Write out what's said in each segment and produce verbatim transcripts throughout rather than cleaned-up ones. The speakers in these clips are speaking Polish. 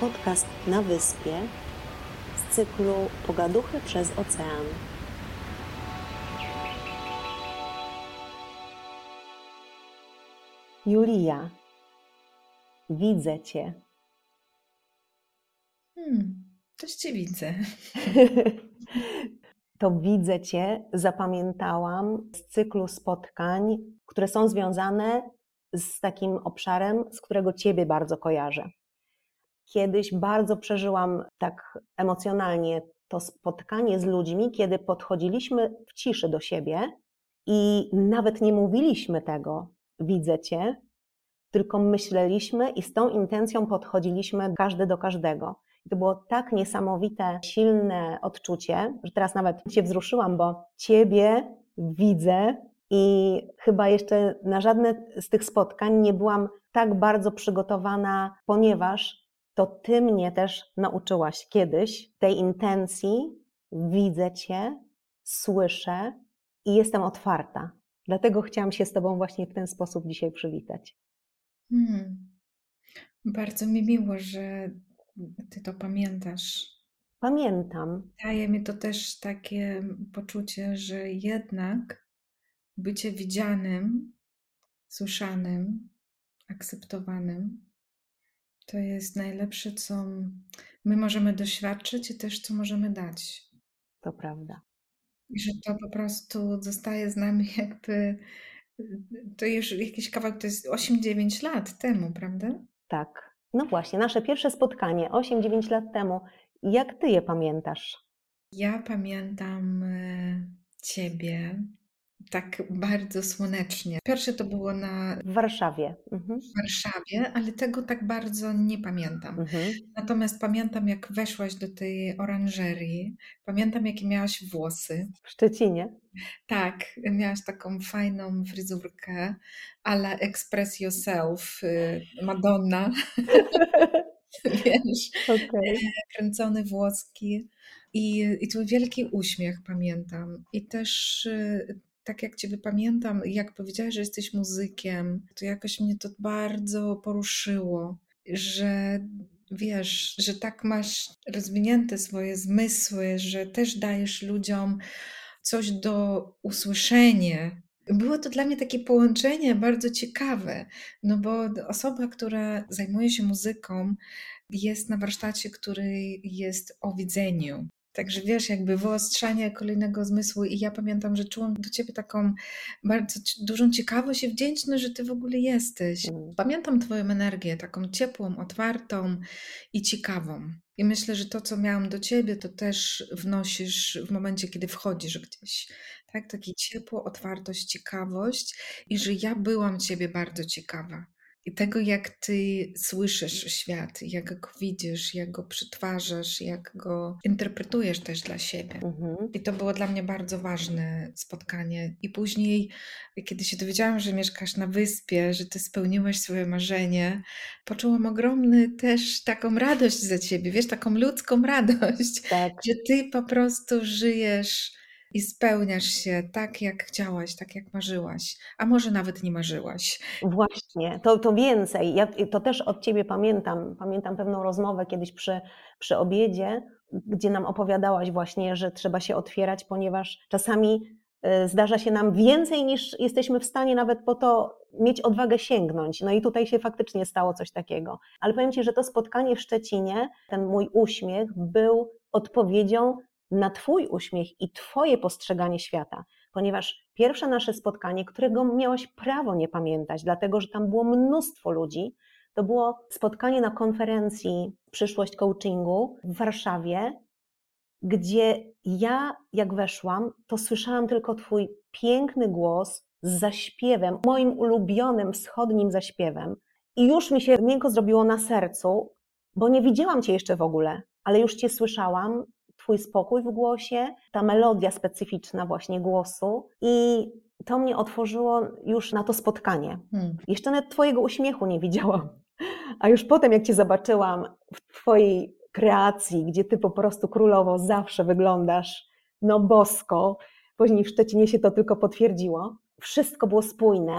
podcast na wyspie z cyklu Pogaduchy przez ocean. Julia, widzę Cię. Hmm, też Cię widzę. To widzę Cię zapamiętałam z cyklu spotkań, które są związane z takim obszarem, z którego Ciebie bardzo kojarzę. Kiedyś bardzo przeżyłam tak emocjonalnie to spotkanie z ludźmi, kiedy podchodziliśmy w ciszy do siebie i nawet nie mówiliśmy tego, widzę Cię, tylko myśleliśmy i z tą intencją podchodziliśmy każdy do każdego. I to było tak niesamowite, silne odczucie, że teraz nawet się wzruszyłam, bo Ciebie widzę i chyba jeszcze na żadne z tych spotkań nie byłam tak bardzo przygotowana, ponieważ to Ty mnie też nauczyłaś kiedyś tej intencji, widzę Cię, słyszę i jestem otwarta. Dlatego chciałam się z Tobą właśnie w ten sposób dzisiaj przywitać. Hmm. Bardzo mi miło, że Ty to pamiętasz. Pamiętam. Daje mi to też takie poczucie, że jednak bycie widzianym, słyszanym, akceptowanym to jest najlepsze, co my możemy doświadczyć i też co możemy dać. To prawda. I że to po prostu zostaje z nami jakby, to już jakiś kawałek, to jest osiem dziewięć lat temu, prawda? Tak. No właśnie, nasze pierwsze spotkanie osiem dziewięć lat temu. Jak Ty je pamiętasz? Ja pamiętam e, Ciebie tak bardzo słonecznie. Pierwsze to było na W Warszawie. Mhm. w Warszawie, ale tego tak bardzo nie pamiętam. Mhm. Natomiast pamiętam, jak weszłaś do tej oranżerii. Pamiętam, jakie miałaś włosy. W Szczecinie. Tak, miałaś taką fajną fryzurkę a la Express Yourself, y, Madonna, wiesz, Okej. kręcone włoski i, i twój wielki uśmiech pamiętam. I też y, tak jak Ciebie pamiętam, jak powiedziałaś, że jesteś muzykiem, to jakoś mnie to bardzo poruszyło, że wiesz, że tak masz rozwinięte swoje zmysły, że też dajesz ludziom coś do usłyszenia. Było to dla mnie takie połączenie bardzo ciekawe, no bo osoba, która zajmuje się muzyką, jest na warsztacie, który jest o widzeniu. Także wiesz, jakby wyostrzanie kolejnego zmysłu i ja pamiętam, że czułam do Ciebie taką bardzo ci- dużą ciekawość i wdzięczność, że Ty w ogóle jesteś. Mm. Pamiętam Twoją energię, taką ciepłą, otwartą i ciekawą. I myślę, że to, co miałam do Ciebie, to też wnosisz w momencie, kiedy wchodzisz gdzieś. Tak, takie ciepło, otwartość, ciekawość i że ja byłam Ciebie bardzo ciekawa. I tego, jak Ty słyszysz świat, jak go widzisz, jak go przetwarzasz, jak go interpretujesz też dla siebie. Mhm. I to było dla mnie bardzo ważne spotkanie. I później, kiedy się dowiedziałam, że mieszkasz na wyspie, że Ty spełniłaś swoje marzenie, poczułam ogromny też taką radość za Ciebie, wiesz, taką ludzką radość, Tak. że Ty po prostu żyjesz i spełniasz się tak, jak chciałaś, tak, jak marzyłaś, a może nawet nie marzyłaś. Właśnie, to, to więcej. Ja to też od Ciebie pamiętam. Pamiętam pewną rozmowę kiedyś przy, przy obiedzie, gdzie nam opowiadałaś właśnie, że trzeba się otwierać, ponieważ czasami y, zdarza się nam więcej niż jesteśmy w stanie nawet po to mieć odwagę sięgnąć. No i tutaj się faktycznie stało coś takiego. Ale powiem Ci, że to spotkanie w Szczecinie, ten mój uśmiech był odpowiedzią na Twój uśmiech i Twoje postrzeganie świata. Ponieważ pierwsze nasze spotkanie, którego miałaś prawo nie pamiętać, dlatego że tam było mnóstwo ludzi, to było spotkanie na konferencji Przyszłość Coachingu w Warszawie, gdzie ja jak weszłam, to słyszałam tylko Twój piękny głos z zaśpiewem, moim ulubionym wschodnim zaśpiewem i już mi się miękko zrobiło na sercu, bo nie widziałam Cię jeszcze w ogóle, ale już Cię słyszałam, Twój spokój w głosie, ta melodia specyficzna właśnie głosu i to mnie otworzyło już na to spotkanie. Hmm. Jeszcze nawet Twojego uśmiechu nie widziałam, a już potem jak Cię zobaczyłam w Twojej kreacji, gdzie Ty po prostu królowo zawsze wyglądasz no bosko, później w Szczecinie się to tylko potwierdziło, wszystko było spójne,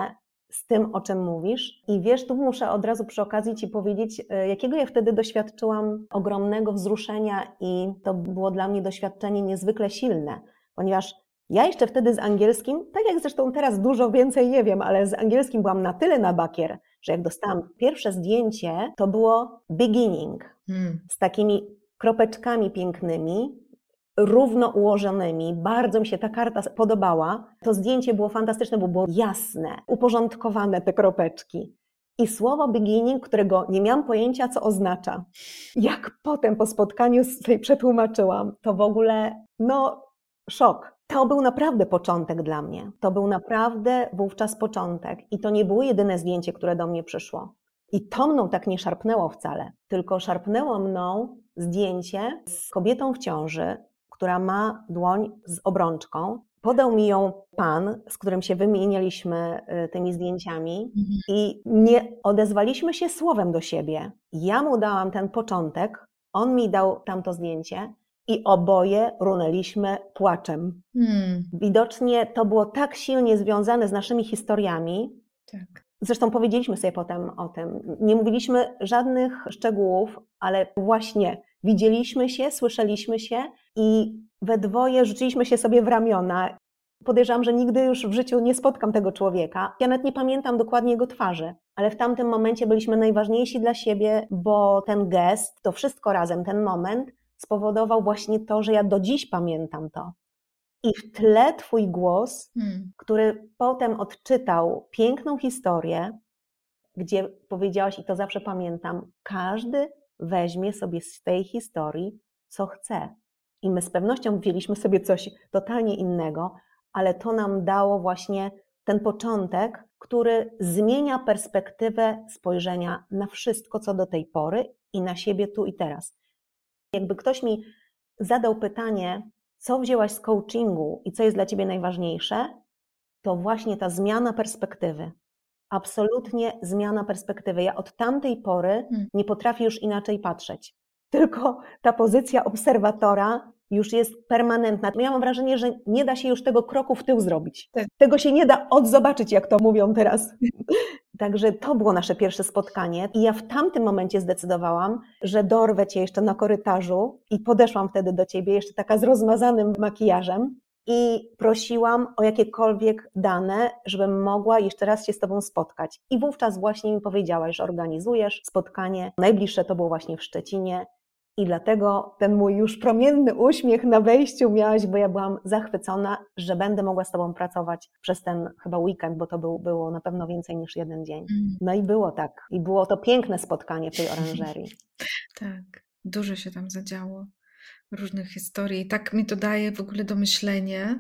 z tym, o czym mówisz. I wiesz, tu muszę od razu przy okazji Ci powiedzieć, jakiego ja wtedy doświadczyłam ogromnego wzruszenia i to było dla mnie doświadczenie niezwykle silne, ponieważ ja jeszcze wtedy z angielskim, tak jak zresztą teraz dużo więcej nie wiem, ale z angielskim byłam na tyle na bakier, że jak dostałam pierwsze zdjęcie, to było beginning hmm. z takimi kropeczkami pięknymi, równo ułożonymi. Bardzo mi się ta karta podobała. To zdjęcie było fantastyczne, bo było jasne, uporządkowane te kropeczki. I słowo beginning, którego nie miałam pojęcia, co oznacza. Jak potem po spotkaniu sobie przetłumaczyłam, to w ogóle, no, szok. To był naprawdę początek dla mnie. To był naprawdę wówczas początek. I to nie było jedyne zdjęcie, które do mnie przyszło. I to mną tak nie szarpnęło wcale, tylko szarpnęło mną zdjęcie z kobietą w ciąży, która ma dłoń z obrączką. Podał mi ją pan, z którym się wymienialiśmy tymi zdjęciami mhm. i nie odezwaliśmy się słowem do siebie. Ja mu dałam ten początek, on mi dał tamto zdjęcie i oboje runęliśmy płaczem. Hmm. Widocznie to było tak silnie związane z naszymi historiami. Tak. Zresztą powiedzieliśmy sobie potem o tym. Nie mówiliśmy żadnych szczegółów, ale właśnie widzieliśmy się, słyszeliśmy się i we dwoje rzuciliśmy się sobie w ramiona. Podejrzewam, że nigdy już w życiu nie spotkam tego człowieka. Ja nawet nie pamiętam dokładnie jego twarzy, ale w tamtym momencie byliśmy najważniejsi dla siebie, bo ten gest, to wszystko razem, ten moment spowodował właśnie to, że ja do dziś pamiętam to. I w tle twój głos, hmm. który potem odczytał piękną historię, gdzie powiedziałaś, i to zawsze pamiętam, każdy weźmie sobie z tej historii, co chce. I my z pewnością wzięliśmy sobie coś totalnie innego, ale to nam dało właśnie ten początek, który zmienia perspektywę spojrzenia na wszystko, co do tej pory i na siebie tu i teraz. Jakby ktoś mi zadał pytanie, co wzięłaś z coachingu i co jest dla ciebie najważniejsze, to właśnie ta zmiana perspektywy. Absolutnie zmiana perspektywy. Ja od tamtej pory nie potrafię już inaczej patrzeć. Tylko ta pozycja obserwatora już jest permanentna. Ja mam wrażenie, że nie da się już tego kroku w tył zrobić. Tak. Tego się nie da odzobaczyć, jak to mówią teraz. Także to było nasze pierwsze spotkanie i ja w tamtym momencie zdecydowałam, że dorwę cię jeszcze na korytarzu i podeszłam wtedy do ciebie jeszcze taka z rozmazanym makijażem i prosiłam o jakiekolwiek dane, żebym mogła jeszcze raz się z tobą spotkać. I wówczas właśnie mi powiedziałaś, że organizujesz spotkanie. Najbliższe to było właśnie w Szczecinie. I dlatego ten mój już promienny uśmiech na wejściu miałaś, bo ja byłam zachwycona, że będę mogła z tobą pracować przez ten chyba weekend, bo to był, było na pewno więcej niż jeden dzień. No i było tak. I było to piękne spotkanie w tej oranżerii. Tak, dużo się tam zadziało, różnych historii. I tak mi to daje w ogóle do myślenia,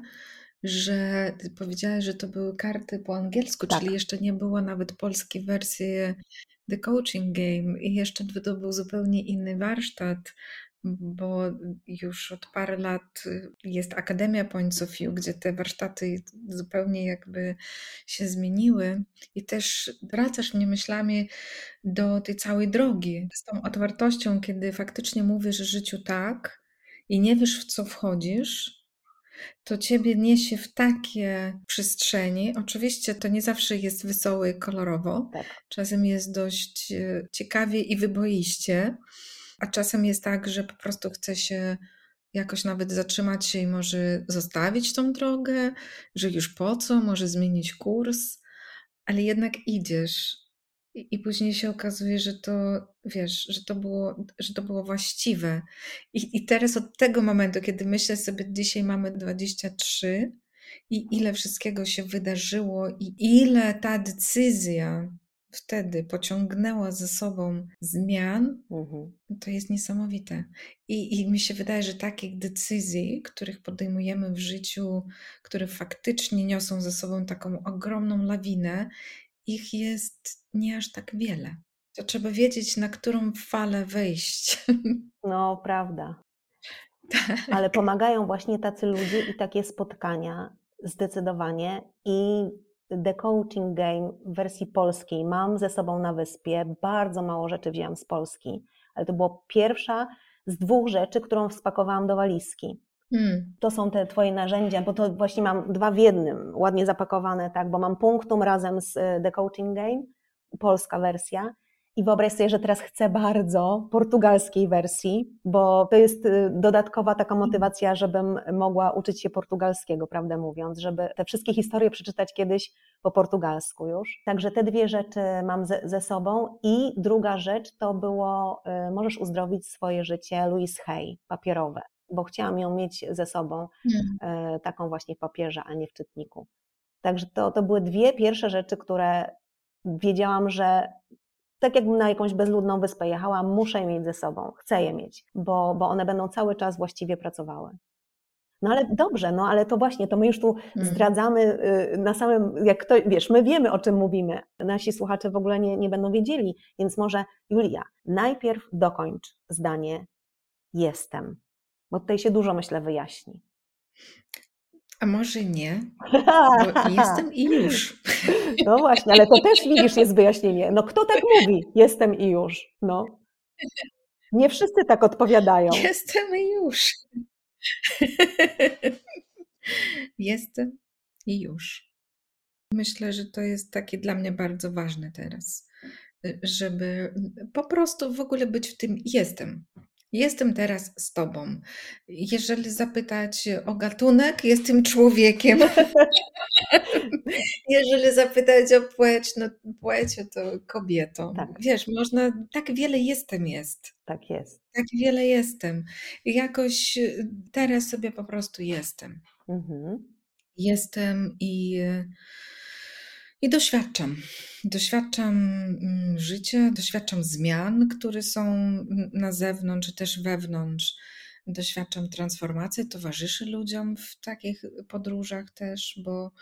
że ty powiedziałaś, że to były karty po angielsku, tak. Czyli jeszcze nie było nawet polskiej wersji The Coaching Game i jeszcze to był zupełnie inny warsztat, bo już od parę lat jest Akademia Points of View, gdzie te warsztaty zupełnie jakby się zmieniły i też wracasz mnie myślami do tej całej drogi, z tą otwartością, kiedy faktycznie mówisz życiu tak i nie wiesz, w co wchodzisz, to ciebie niesie w takie przestrzeni. Oczywiście to nie zawsze jest wesoło i kolorowo. Tak. Czasem jest dość ciekawie i wyboiście, a czasem jest tak, że po prostu chce się jakoś nawet zatrzymać się i może zostawić tą drogę, że już po co, może zmienić kurs, ale jednak idziesz. I, I później się okazuje, że to, wiesz, że to było, że to było właściwe. I, I teraz od tego momentu, kiedy myślę sobie, dzisiaj mamy dwadzieścia trzy i ile wszystkiego się wydarzyło i ile ta decyzja wtedy pociągnęła za sobą zmian, mhm. to jest niesamowite. I, I mi się wydaje, że takich decyzji, których podejmujemy w życiu, które faktycznie niosą za sobą taką ogromną lawinę, ich jest nie aż tak wiele. To trzeba wiedzieć, na którą falę wejść. No, prawda. Tak. Ale pomagają właśnie tacy ludzie i takie spotkania zdecydowanie. I The Coaching Game w wersji polskiej mam ze sobą na wyspie. Bardzo mało rzeczy wzięłam z Polski, ale to była pierwsza z dwóch rzeczy, którą spakowałam do walizki. Mm. To są te twoje narzędzia, bo to właśnie mam dwa w jednym, ładnie zapakowane, tak, bo mam Punctum razem z The Coaching Game, polska wersja. I wyobraź sobie, że teraz chcę bardzo portugalskiej wersji, bo to jest dodatkowa taka motywacja, żebym mogła uczyć się portugalskiego, prawdę mówiąc, żeby te wszystkie historie przeczytać kiedyś po portugalsku już. Także te dwie rzeczy mam ze, ze sobą. I druga rzecz to było Możesz uzdrowić swoje życie Louise Hay, papierowe, bo chciałam ją mieć ze sobą, Mm. taką właśnie w papierze, a nie w czytniku. Także to, to były dwie pierwsze rzeczy, które wiedziałam, że tak jakbym na jakąś bezludną wyspę jechała, muszę je mieć ze sobą, chcę je mieć, bo, bo one będą cały czas właściwie pracowały. No ale dobrze, no ale to właśnie, to my już tu zdradzamy na samym, jak to, wiesz, my wiemy, o czym mówimy, nasi słuchacze w ogóle nie, nie będą wiedzieli, więc może Julia, najpierw dokończ zdanie jestem, bo tutaj się dużo, myślę, wyjaśni. A może nie? Bo jestem i już. No właśnie, ale to też widzisz, jest wyjaśnienie. No kto tak mówi? Jestem i już. No. Nie wszyscy tak odpowiadają. Jestem i już. Jestem i już. Myślę, że to jest takie dla mnie bardzo ważne teraz, żeby po prostu w ogóle być w tym jestem. Jestem teraz z tobą. Jeżeli zapytać o gatunek, jestem człowiekiem. Jeżeli zapytać o płeć, no płeć to kobietą. Tak. Wiesz, można, tak wiele jestem jest. Tak jest. Tak wiele jestem. I jakoś teraz sobie po prostu jestem. Mhm. Jestem i, i doświadczam. Doświadczam życia, doświadczam zmian, które są na zewnątrz, czy też wewnątrz. Doświadczam transformacji, towarzyszę ludziom w takich podróżach też, bo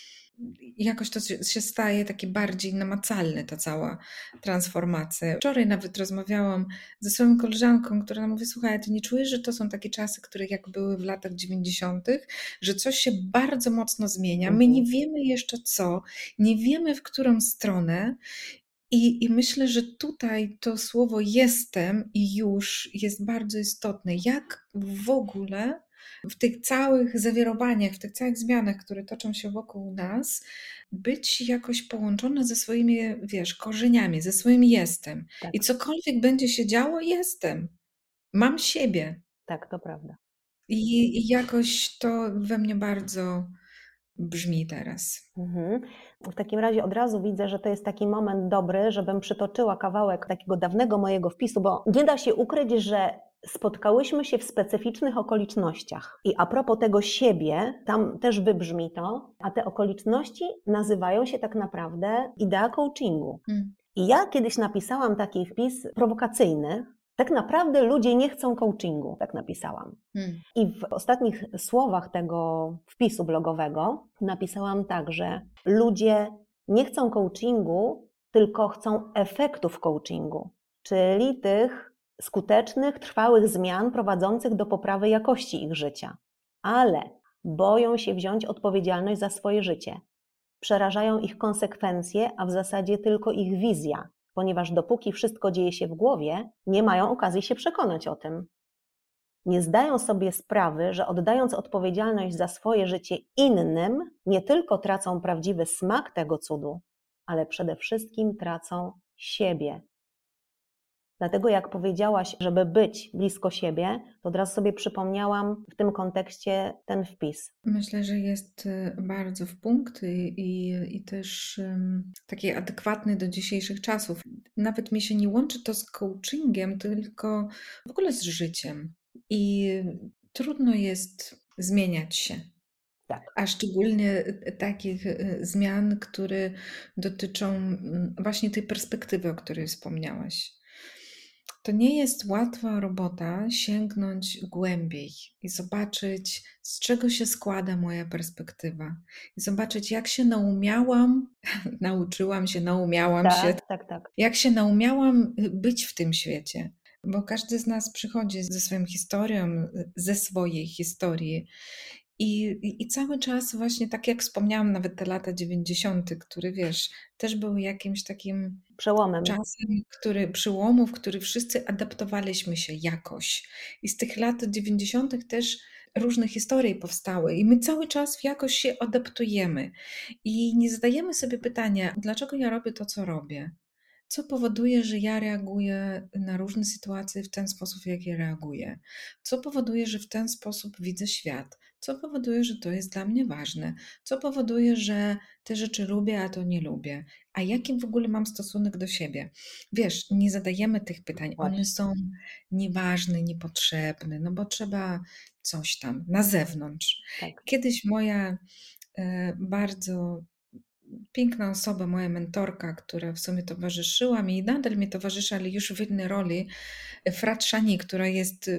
jakoś to się staje takie bardziej namacalne, ta cała transformacja. Wczoraj nawet rozmawiałam ze swoją koleżanką, która mówi, słuchaj, ty nie czujesz, że to są takie czasy, które jak były w latach dziewięćdziesiątych, że coś się bardzo mocno zmienia. My nie wiemy jeszcze co, nie wiemy w którą stronę. I, I myślę, że tutaj to słowo jestem i już jest bardzo istotne. Jak w ogóle w tych całych zawirowaniach, w tych całych zmianach, które toczą się wokół nas, być jakoś połączone ze swoimi, wiesz, korzeniami, ze swoim jestem. Tak. I cokolwiek będzie się działo, jestem. Mam siebie. Tak, to prawda. I, i jakoś to we mnie bardzo brzmi teraz. Mhm. W takim razie od razu widzę, że to jest taki moment dobry, żebym przytoczyła kawałek takiego dawnego mojego wpisu, bo nie da się ukryć, że spotkałyśmy się w specyficznych okolicznościach. I a propos tego siebie, tam też wybrzmi to, a te okoliczności nazywają się tak naprawdę idea coachingu. Hmm. I ja kiedyś napisałam taki wpis prowokacyjny, tak naprawdę ludzie nie chcą coachingu, tak napisałam. Hmm. I w ostatnich słowach tego wpisu blogowego napisałam tak, że ludzie nie chcą coachingu, tylko chcą efektów coachingu, czyli tych skutecznych, trwałych zmian prowadzących do poprawy jakości ich życia. Ale boją się wziąć odpowiedzialność za swoje życie. Przerażają ich konsekwencje, a w zasadzie tylko ich wizja, ponieważ dopóki wszystko dzieje się w głowie, nie mają okazji się przekonać o tym. Nie zdają sobie sprawy, że oddając odpowiedzialność za swoje życie innym, nie tylko tracą prawdziwy smak tego cudu, ale przede wszystkim tracą siebie. Dlatego jak powiedziałaś, żeby być blisko siebie, to od razu sobie przypomniałam w tym kontekście ten wpis. Myślę, że jest bardzo w punkt i, i też um, taki adekwatny do dzisiejszych czasów. Nawet mi się nie łączy to z coachingiem, tylko w ogóle z życiem. I trudno jest zmieniać się. Tak. A szczególnie takich zmian, które dotyczą właśnie tej perspektywy, o której wspomniałaś. To nie jest łatwa robota sięgnąć głębiej i zobaczyć, z czego się składa moja perspektywa. I zobaczyć, jak się naumiałam, nauczyłam się, naumiałam tak, się, tak, tak. jak się naumiałam być w tym świecie. Bo każdy z nas przychodzi ze swoją historią, ze swojej historii. I, i, I cały czas właśnie, tak jak wspomniałam, nawet te lata dziewięćdziesiąte, które wiesz, też były jakimś takim Przełomem. czasem, który, przyłomów, który wszyscy adaptowaliśmy się jakoś. I z tych lat dziewięćdziesiątych też różne historie powstały i my cały czas jakoś się adaptujemy. I nie zadajemy sobie pytania, dlaczego ja robię to, co robię? Co powoduje, że ja reaguję na różne sytuacje w ten sposób, w jaki reaguję? Co powoduje, że w ten sposób widzę świat? Co powoduje, że to jest dla mnie ważne? Co powoduje, że te rzeczy lubię, a to nie lubię? A jaki w ogóle mam stosunek do siebie? Wiesz, nie zadajemy tych pytań. One Właśnie. są nieważne, niepotrzebne, no bo trzeba coś tam na zewnątrz. Tak. Kiedyś moja e, bardzo piękna osoba, moja mentorka, która w sumie towarzyszyła mi i nadal mi towarzyszy, ale już w innej roli, Frat Shani, która jest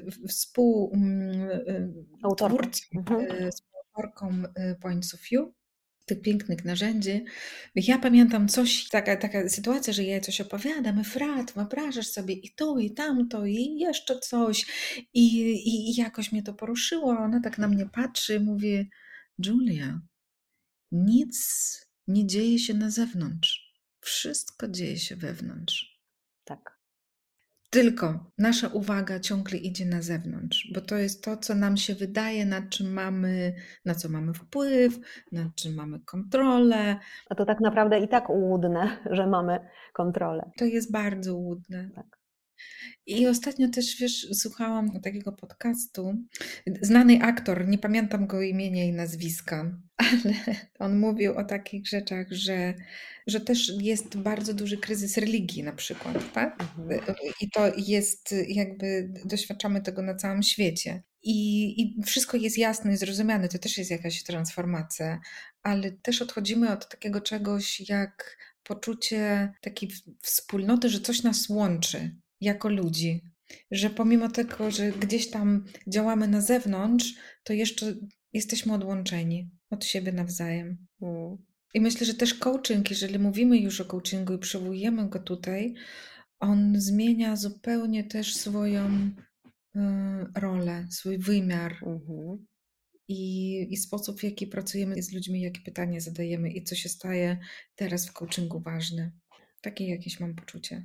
Autorką. współtwórcą, Mhm. współautorką Points of View, tych pięknych narzędzi. Ja pamiętam coś, taka, taka sytuacja, że ja jej coś opowiadam, i Frat, wyobrażasz sobie i to, i tamto, i jeszcze coś. I, i, i jakoś mnie to poruszyło. Ona tak na mnie patrzy i mówi, Julia, nic nie dzieje się na zewnątrz. Wszystko dzieje się wewnątrz. Tak. Tylko nasza uwaga ciągle idzie na zewnątrz, bo to jest to, co nam się wydaje, na czym mamy, na co mamy wpływ, na czym mamy kontrolę. A to tak naprawdę i tak ułudne, że mamy kontrolę. To jest bardzo łudne. Tak. I ostatnio też, wiesz, słuchałam takiego podcastu. Znany aktor, nie pamiętam go imienia i nazwiska, ale on mówił o takich rzeczach, że, że też jest bardzo duży kryzys religii na przykład, tak? Mhm. I to jest jakby, doświadczamy tego na całym świecie. I, I wszystko jest jasne i zrozumiane, to też jest jakaś transformacja, ale też odchodzimy od takiego czegoś jak poczucie takiej wspólnoty, że coś nas łączy jako ludzi, że pomimo tego, że gdzieś tam działamy na zewnątrz, to jeszcze jesteśmy odłączeni od siebie nawzajem. Mm. I myślę, że też coaching, jeżeli mówimy już o coachingu i przywołujemy go tutaj, on zmienia zupełnie też swoją y, rolę, swój wymiar Mhm. i, i sposób, w jaki pracujemy z ludźmi, jakie pytania zadajemy i co się staje teraz w coachingu ważne. Takie jakieś mam poczucie.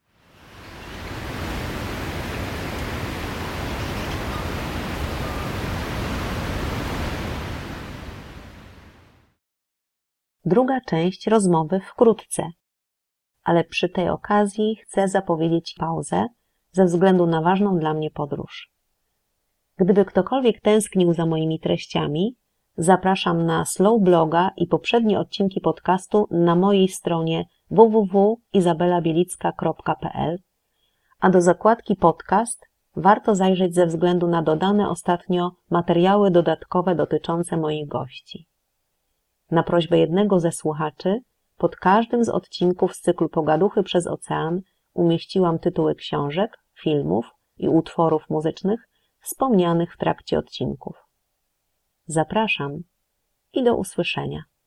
Druga część rozmowy wkrótce, ale przy tej okazji chcę zapowiedzieć pauzę ze względu na ważną dla mnie podróż. Gdyby ktokolwiek tęsknił za moimi treściami, zapraszam na Slow Bloga i poprzednie odcinki podcastu na mojej stronie w w w kropka izabela bielicka kropka p l, a do zakładki podcast warto zajrzeć ze względu na dodane ostatnio materiały dodatkowe dotyczące moich gości. Na prośbę jednego ze słuchaczy pod każdym z odcinków z cyklu Pogaduchy przez ocean umieściłam tytuły książek, filmów i utworów muzycznych wspomnianych w trakcie odcinków. Zapraszam i do usłyszenia.